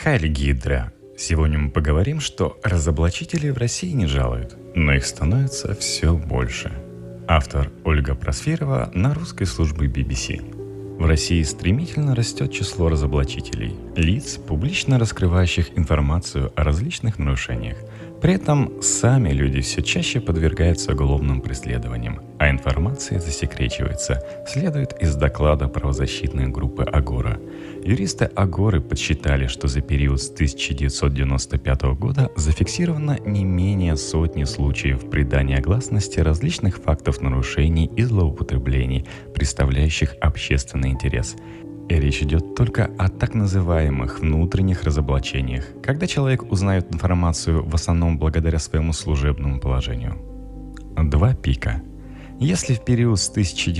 Хайли Гидра. Сегодня мы поговорим, что разоблачителей в России не жалуют, но их становится все больше. Автор Ольга Просфирова на русской службе BBC. В России стремительно растет число разоблачителей, лиц, публично раскрывающих информацию о различных нарушениях. При этом сами люди все чаще подвергаются уголовным преследованиям, а информация засекречивается, следует из доклада правозащитной группы «Агора». Юристы «Агоры» подсчитали, что за период с 1995 года зафиксировано не менее сотни случаев придания гласности различных фактов нарушений и злоупотреблений, представляющих общественный интерес. И речь идет только о так называемых внутренних разоблачениях, когда человек узнает информацию в основном благодаря своему служебному положению. Два пика. Если в период с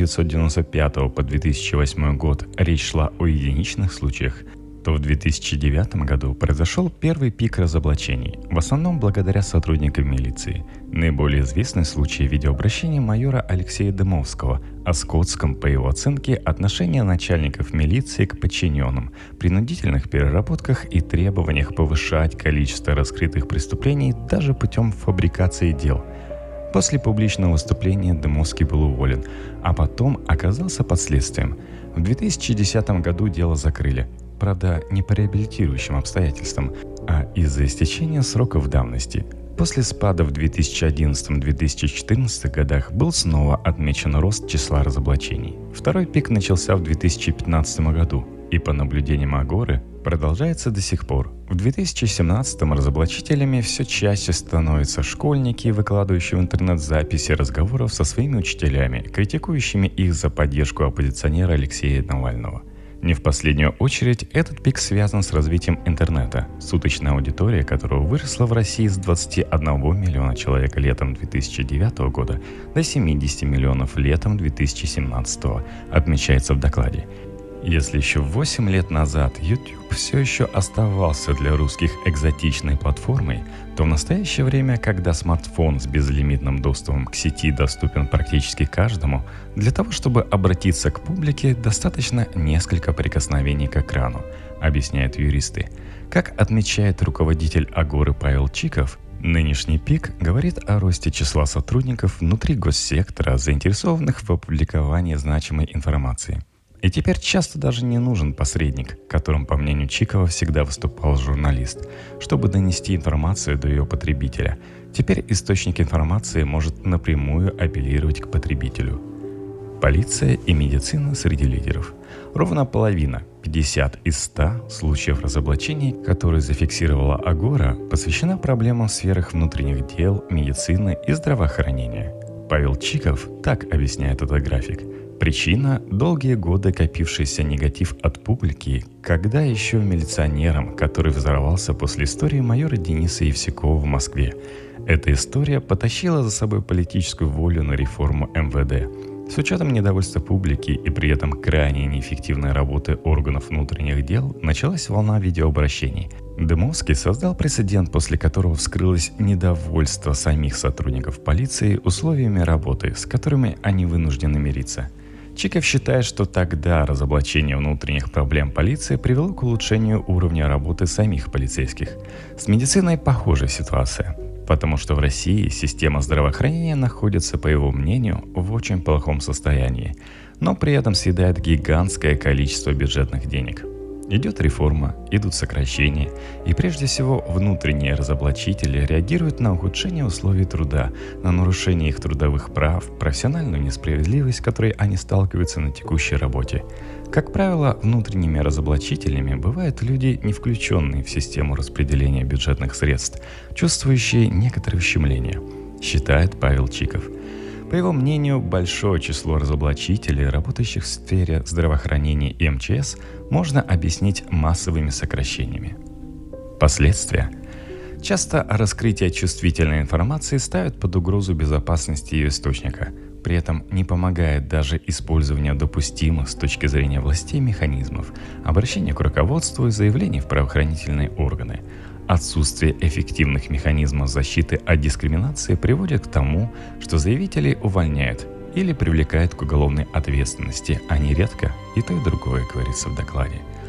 1995 по 2008 год речь шла о единичных случаях, то в 2009 году произошел первый пик разоблачений, в основном благодаря сотрудникам милиции. Наиболее известный случай видеообращения майора Алексея Дымовского о скотском, по его оценке, отношении начальников милиции к подчиненным, принудительных переработках и требованиях повышать количество раскрытых преступлений даже путем фабрикации дел. После публичного выступления Дымовский был уволен, а потом оказался под следствием. В 2010 году дело закрыли. Правда, не по реабилитирующим обстоятельствам, а из-за истечения сроков давности. После спада в 2011-2014 годах был снова отмечен рост числа разоблачений. Второй пик начался в 2015 году и, по наблюдениям Агоры, продолжается до сих пор. В 2017-м разоблачителями все чаще становятся школьники, выкладывающие в интернет записи разговоров со своими учителями, критикующими их за поддержку оппозиционера Алексея Навального. Не в последнюю очередь, этот пик связан с развитием интернета, суточная аудитория которого выросла в России с 21 миллиона человек летом 2009 года до 70 миллионов летом 2017, отмечается в докладе. Если еще 8 лет назад YouTube все еще оставался для русских экзотичной платформой, то в настоящее время, когда смартфон с безлимитным доступом к сети доступен практически каждому, для того, чтобы обратиться к публике, достаточно несколько прикосновений к экрану, объясняют юристы. Как отмечает руководитель Агоры Павел Чиков, нынешний пик говорит о росте числа сотрудников внутри госсектора, заинтересованных в опубликовании значимой информации. И теперь часто даже не нужен посредник, которым, по мнению Чикова, всегда выступал журналист, чтобы донести информацию до ее потребителя. Теперь источник информации может напрямую апеллировать к потребителю. Полиция и медицина среди лидеров. Ровно половина, 50 из 100 случаев разоблачений, которые зафиксировала Агора, посвящена проблемам в сферах внутренних дел, медицины и здравоохранения. Павел Чиков так объясняет этот график. Причина – долгие годы копившийся негатив от публики, когда еще милиционером, который взорвался после истории майора Дениса Евсюкова в Москве. Эта история потащила за собой политическую волю на реформу МВД. С учетом недовольства публики и при этом крайне неэффективной работы органов внутренних дел началась волна видеообращений. Дымовский создал прецедент, после которого вскрылось недовольство самих сотрудников полиции условиями работы, с которыми они вынуждены мириться. Чиков считает, что тогда разоблачение внутренних проблем полиции привело к улучшению уровня работы самих полицейских. С медициной похожая ситуация, потому что в России система здравоохранения находится, по его мнению, в очень плохом состоянии, но при этом съедает гигантское количество бюджетных денег. Идет реформа, идут сокращения, и прежде всего внутренние разоблачители реагируют на ухудшение условий труда, на нарушение их трудовых прав, профессиональную несправедливость, с которой они сталкиваются на текущей работе. Как правило, внутренними разоблачителями бывают люди, не включенные в систему распределения бюджетных средств, чувствующие некоторые ущемления, считает Павел Чиков. По его мнению, большое число разоблачителей, работающих в сфере здравоохранения и МЧС, можно объяснить массовыми сокращениями. Последствия. Часто раскрытие чувствительной информации ставит под угрозу безопасность ее источника. При этом не помогает даже использование допустимых с точки зрения властей механизмов, обращение к руководству и заявлений в правоохранительные органы. Отсутствие эффективных механизмов защиты от дискриминации приводит к тому, что заявителей увольняют или привлекают к уголовной ответственности, а нередко и то, и другое, говорится в докладе.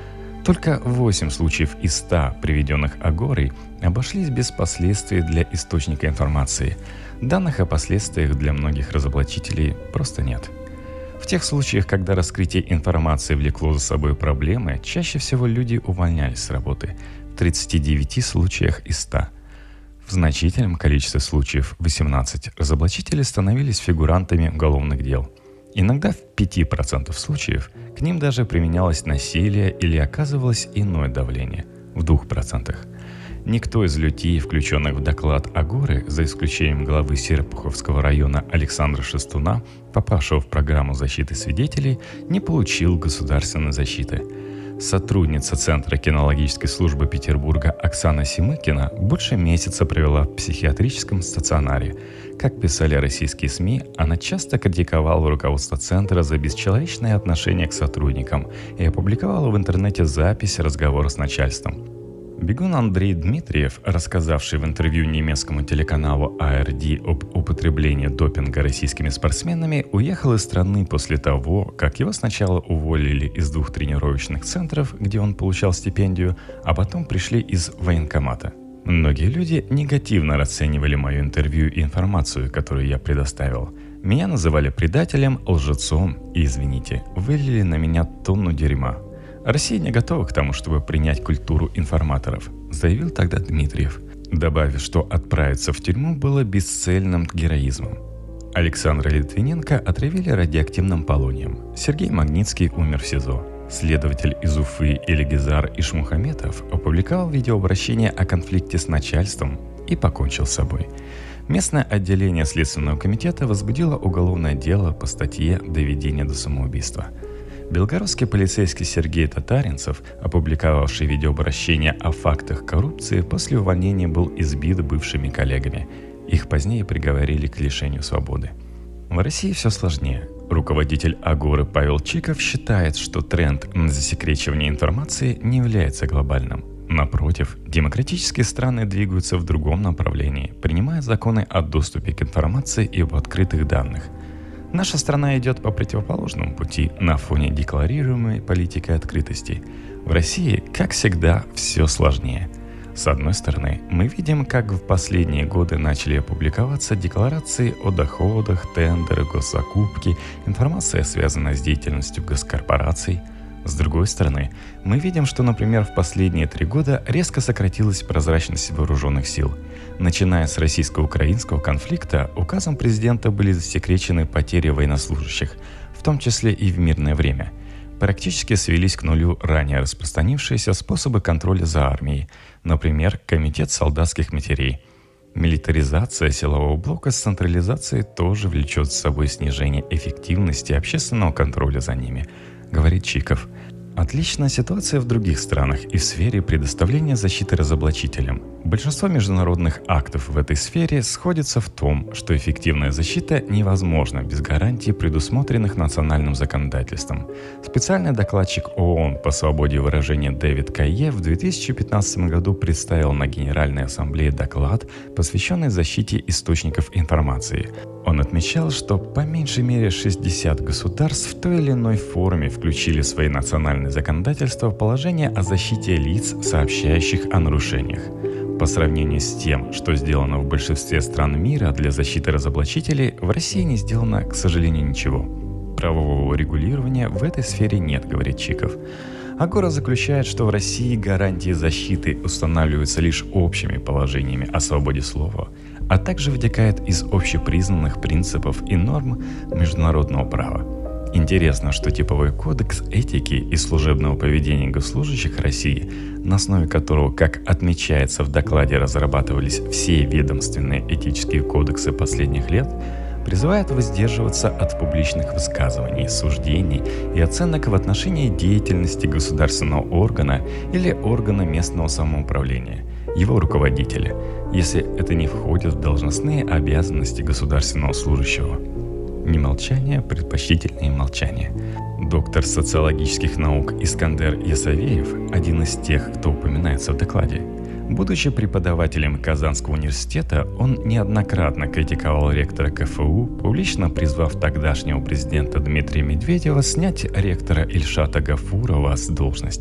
Только 8 случаев из 100, приведенных Агорой, обошлись без последствий для источника информации. Данных о последствиях для многих разоблачителей просто нет. В тех случаях, когда раскрытие информации влекло за собой проблемы, чаще всего люди увольнялись с работы. В 39 случаях из 100. В значительном количестве случаев, 18, разоблачители становились фигурантами уголовных дел. Иногда в 5% случаев к ним даже применялось насилие или оказывалось иное давление, в 2%. Никто из людей, включенных в доклад Агоры, за исключением главы Серпуховского района Александра Шестуна, попавшего в программу защиты свидетелей, не получил государственной защиты. Сотрудница Центра кинологической службы Петербурга Оксана Семыкина больше месяца провела в психиатрическом стационаре. Как писали российские СМИ, она часто критиковала руководство Центра за бесчеловечное отношение к сотрудникам и опубликовала в интернете запись разговора с начальством. Бегун Андрей Дмитриев, рассказавший в интервью немецкому телеканалу ARD об употреблении допинга российскими спортсменами, уехал из страны после того, как его сначала уволили из 2 тренировочных центров, где он получал стипендию, а потом пришли из военкомата. Многие люди негативно расценивали мое интервью и информацию, которую я предоставил. Меня называли предателем, лжецом и, извините, вылили на меня тонну дерьма. Россия не готова к тому, чтобы принять культуру информаторов, заявил тогда Дмитриев, добавив, что отправиться в тюрьму было бесцельным героизмом. Александра Литвиненко отравили радиоактивным полонием. Сергей Магнитский умер в СИЗО. Следователь из Уфы Эльгизар Ишмухаметов опубликовал видеообращение о конфликте с начальством и покончил с собой. Местное отделение Следственного комитета возбудило уголовное дело по статье «Доведение до самоубийства». Белгородский полицейский Сергей Татаринцев, опубликовавший видеообращение о фактах коррупции, после увольнения был избит бывшими коллегами. Их позднее приговорили к лишению свободы. В России все сложнее. Руководитель Агоры Павел Чиков считает, что тренд на засекречивание информации не является глобальным. Напротив, демократические страны двигаются в другом направлении, принимая законы о доступе к информации и об открытых данных. Наша страна идет по противоположному пути на фоне декларируемой политики открытости. В России, как всегда, все сложнее. С одной стороны, мы видим, как в последние годы начали публиковаться декларации о доходах, тендеры, госзакупки, информация, связанная с деятельностью госкорпораций. С другой стороны, мы видим, что, например, в последние 3 года резко сократилась прозрачность вооруженных сил. Начиная с российско-украинского конфликта, указом президента были засекречены потери военнослужащих, в том числе и в мирное время. Практически свелись к нулю ранее распространившиеся способы контроля за армией, например, комитет солдатских матерей. Милитаризация силового блока с централизацией тоже влечет с собой снижение эффективности общественного контроля за ними, говорит Чиков. Отличная ситуация в других странах и в сфере предоставления защиты разоблачителям. Большинство международных актов в этой сфере сходится в том, что эффективная защита невозможна без гарантий, предусмотренных национальным законодательством. Специальный докладчик ООН по свободе выражения Дэвид Кайе в 2015 году представил на Генеральной Ассамблее доклад, посвященный защите источников информации. Он отмечал, что по меньшей мере 60 государств в той или иной форме включили в свои национальные законодательства положение о защите лиц, сообщающих о нарушениях. По сравнению с тем, что сделано в большинстве стран мира для защиты разоблачителей, в России не сделано, к сожалению, ничего. Правового регулирования в этой сфере нет, говорит Чиков. Агора заключает, что в России гарантии защиты устанавливаются лишь общими положениями о свободе слова, а также вытекает из общепризнанных принципов и норм международного права. Интересно, что типовой кодекс этики и служебного поведения госслужащих России, на основе которого, как отмечается в докладе, разрабатывались все ведомственные этические кодексы последних лет, призывает воздерживаться от публичных высказываний, суждений и оценок в отношении деятельности государственного органа или органа местного самоуправления, его руководителя, если это не входит в должностные обязанности государственного служащего. Немолчание предпочтительнее молчания. Доктор социологических наук Искандер Ясавеев, один из тех, кто упоминается в докладе. Будучи преподавателем Казанского университета, он неоднократно критиковал ректора КФУ, публично призвав тогдашнего президента Дмитрия Медведева снять ректора Ильшата Гафурова с должности.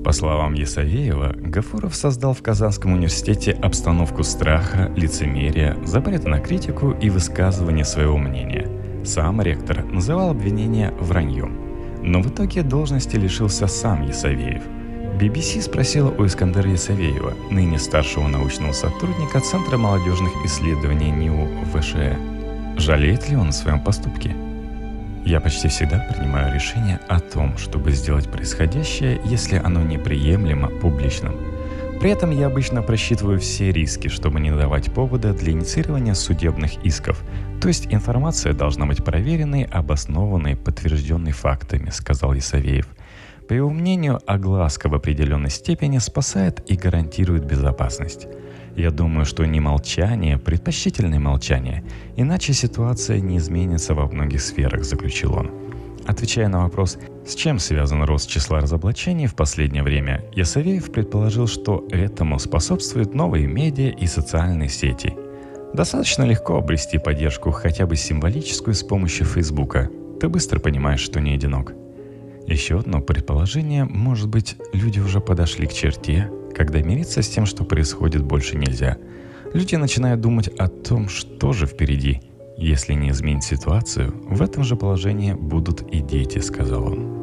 По словам Ясовеева, Гафуров создал в Казанском университете обстановку страха, лицемерия, запрета на критику и высказывание своего мнения. Сам ректор называл обвинения враньем. Но в итоге должности лишился сам Ясовеев. BBC спросила у Искандера Ясовеева, ныне старшего научного сотрудника Центра молодежных исследований НИУ ВШЭ, жалеет ли он о своем поступке. «Я почти всегда принимаю решение о том, чтобы сделать происходящее, если оно неприемлемо публичным. При этом я обычно просчитываю все риски, чтобы не давать повода для инициирования судебных исков. То есть информация должна быть проверенной, обоснованной, подтвержденной фактами», — сказал Ясовеев. По его мнению, огласка в определенной степени спасает и гарантирует безопасность. «Я думаю, что не молчание, предпочтительное молчание, иначе ситуация не изменится во многих сферах», — заключил он. Отвечая на вопрос, с чем связан рост числа разоблачений в последнее время, Ясовеев предположил, что этому способствуют новые медиа и социальные сети. Достаточно легко обрести поддержку, хотя бы символическую, с помощью Фейсбука. Ты быстро понимаешь, что не одинок. Еще одно предположение, может быть, люди уже подошли к черте, когда мириться с тем, что происходит, больше нельзя. Люди начинают думать о том, что же впереди. Если не изменить ситуацию, в этом же положении будут и дети, сказал он.